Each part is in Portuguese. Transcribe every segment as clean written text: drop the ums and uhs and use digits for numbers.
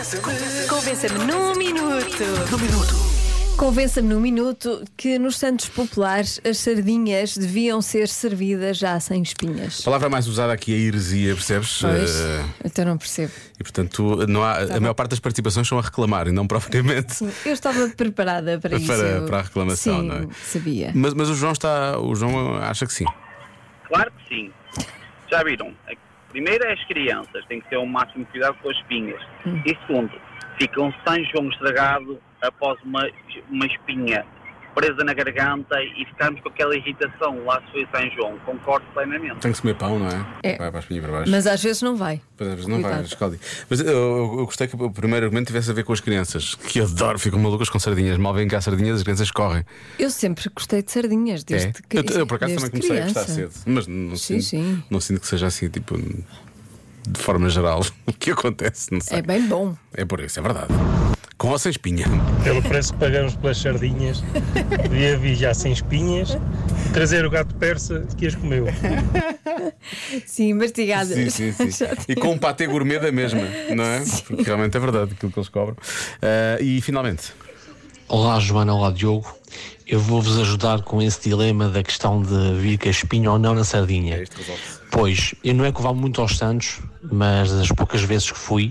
Convença-me num minuto. Convença-me num minuto que nos Santos Populares as sardinhas deviam ser servidas já sem espinhas. A palavra mais usada aqui é heresia, percebes? Pois, então não percebo. E portanto não há, a maior parte das participações são a reclamar e não propriamente. Sim, eu estava preparada para isso. Para a reclamação, sim, não é? Sabia. Mas o João acha que sim. Claro que sim. Já viram? Primeiro é as crianças, tem que ter o máximo cuidado com as espinhas. E segundo, fica um São João estragado após uma espinha presa na garganta e ficarmos com aquela irritação lá se foi São João. Concordo plenamente. Tem que se comer pão, não é? É. Vai para a espinha para baixo. Mas às vezes não vai. Às vezes não vai, escalde. Mas eu gostei que o primeiro argumento tivesse a ver com as crianças, que eu adoro, ficam malucas com sardinhas. Mal vêm cá sardinhas, as crianças correm. Eu sempre gostei de sardinhas, desde que Eu por acaso também comecei criança. a gostar cedo. Mas não, Sim. não sinto que seja assim, tipo, de forma geral, o que acontece. Não sei. É bem bom. É por isso, é verdade. Com ou sem espinha? Pelo preço que pagamos pelas sardinhas, devia vir já sem espinhas e trazer o gato persa que as comeu. Sim, mastigadas. Sim. E com um patê gourmet da mesma, não é? Porque realmente é verdade aquilo que eles cobram. E finalmente. Olá Joana, olá Diogo. Eu vou-vos ajudar com esse dilema da questão de vir com a espinha ou não na sardinha. Pois, eu não é que vá muito aos Santos, mas das poucas vezes que fui,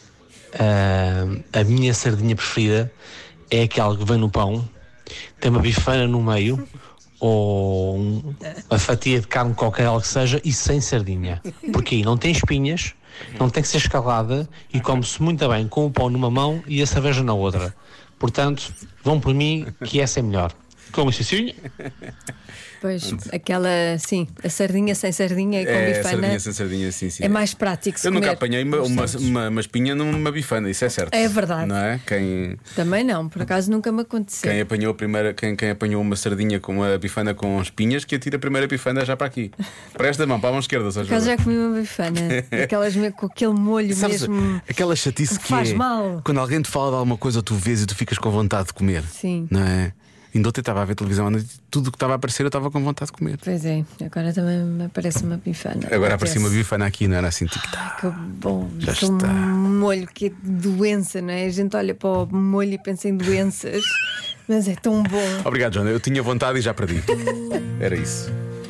a minha sardinha preferida é aquela que vem no pão, tem uma bifana no meio ou uma fatia de carne qualquer ela que seja e sem sardinha, porque aí não tem espinhas, não tem que ser escalada e come-se muito bem com o pão numa mão e a cerveja na outra. Portanto, vão por mim que essa é melhor. Com licencinha. Pois, aquela, sim, a sardinha sem sardinha e com bifana. Sardinha sem sardinha, sim. É mais prático se Eu nunca comer apanhei uma espinha numa bifana, isso é certo. É verdade. Não é? Também não, por acaso nunca me aconteceu. Quem apanhou quem apanhou uma sardinha com uma bifana com espinhas, que atira a primeira bifana já para aqui. Presta a mão, para a mão esquerda. Por acaso já comi uma bifana, aquelas mesmo com aquele molho. Sabes, mesmo. aquela chatice que faz é mal. quando alguém te fala de alguma coisa, tu vês e tu ficas com vontade de comer. Sim. Não é? Ainda ontem estava a ver televisão, tudo o que estava a aparecer eu estava com vontade de comer. Pois é, agora também me aparece uma bifana. Agora aparecia uma bifana aqui, não era assim, tipo, Que bom, já aquele está. molho que é de doença, não é? A gente olha para o molho e pensa em doenças, mas é tão bom. Obrigado, Joana. Eu tinha vontade e já perdi. Era isso.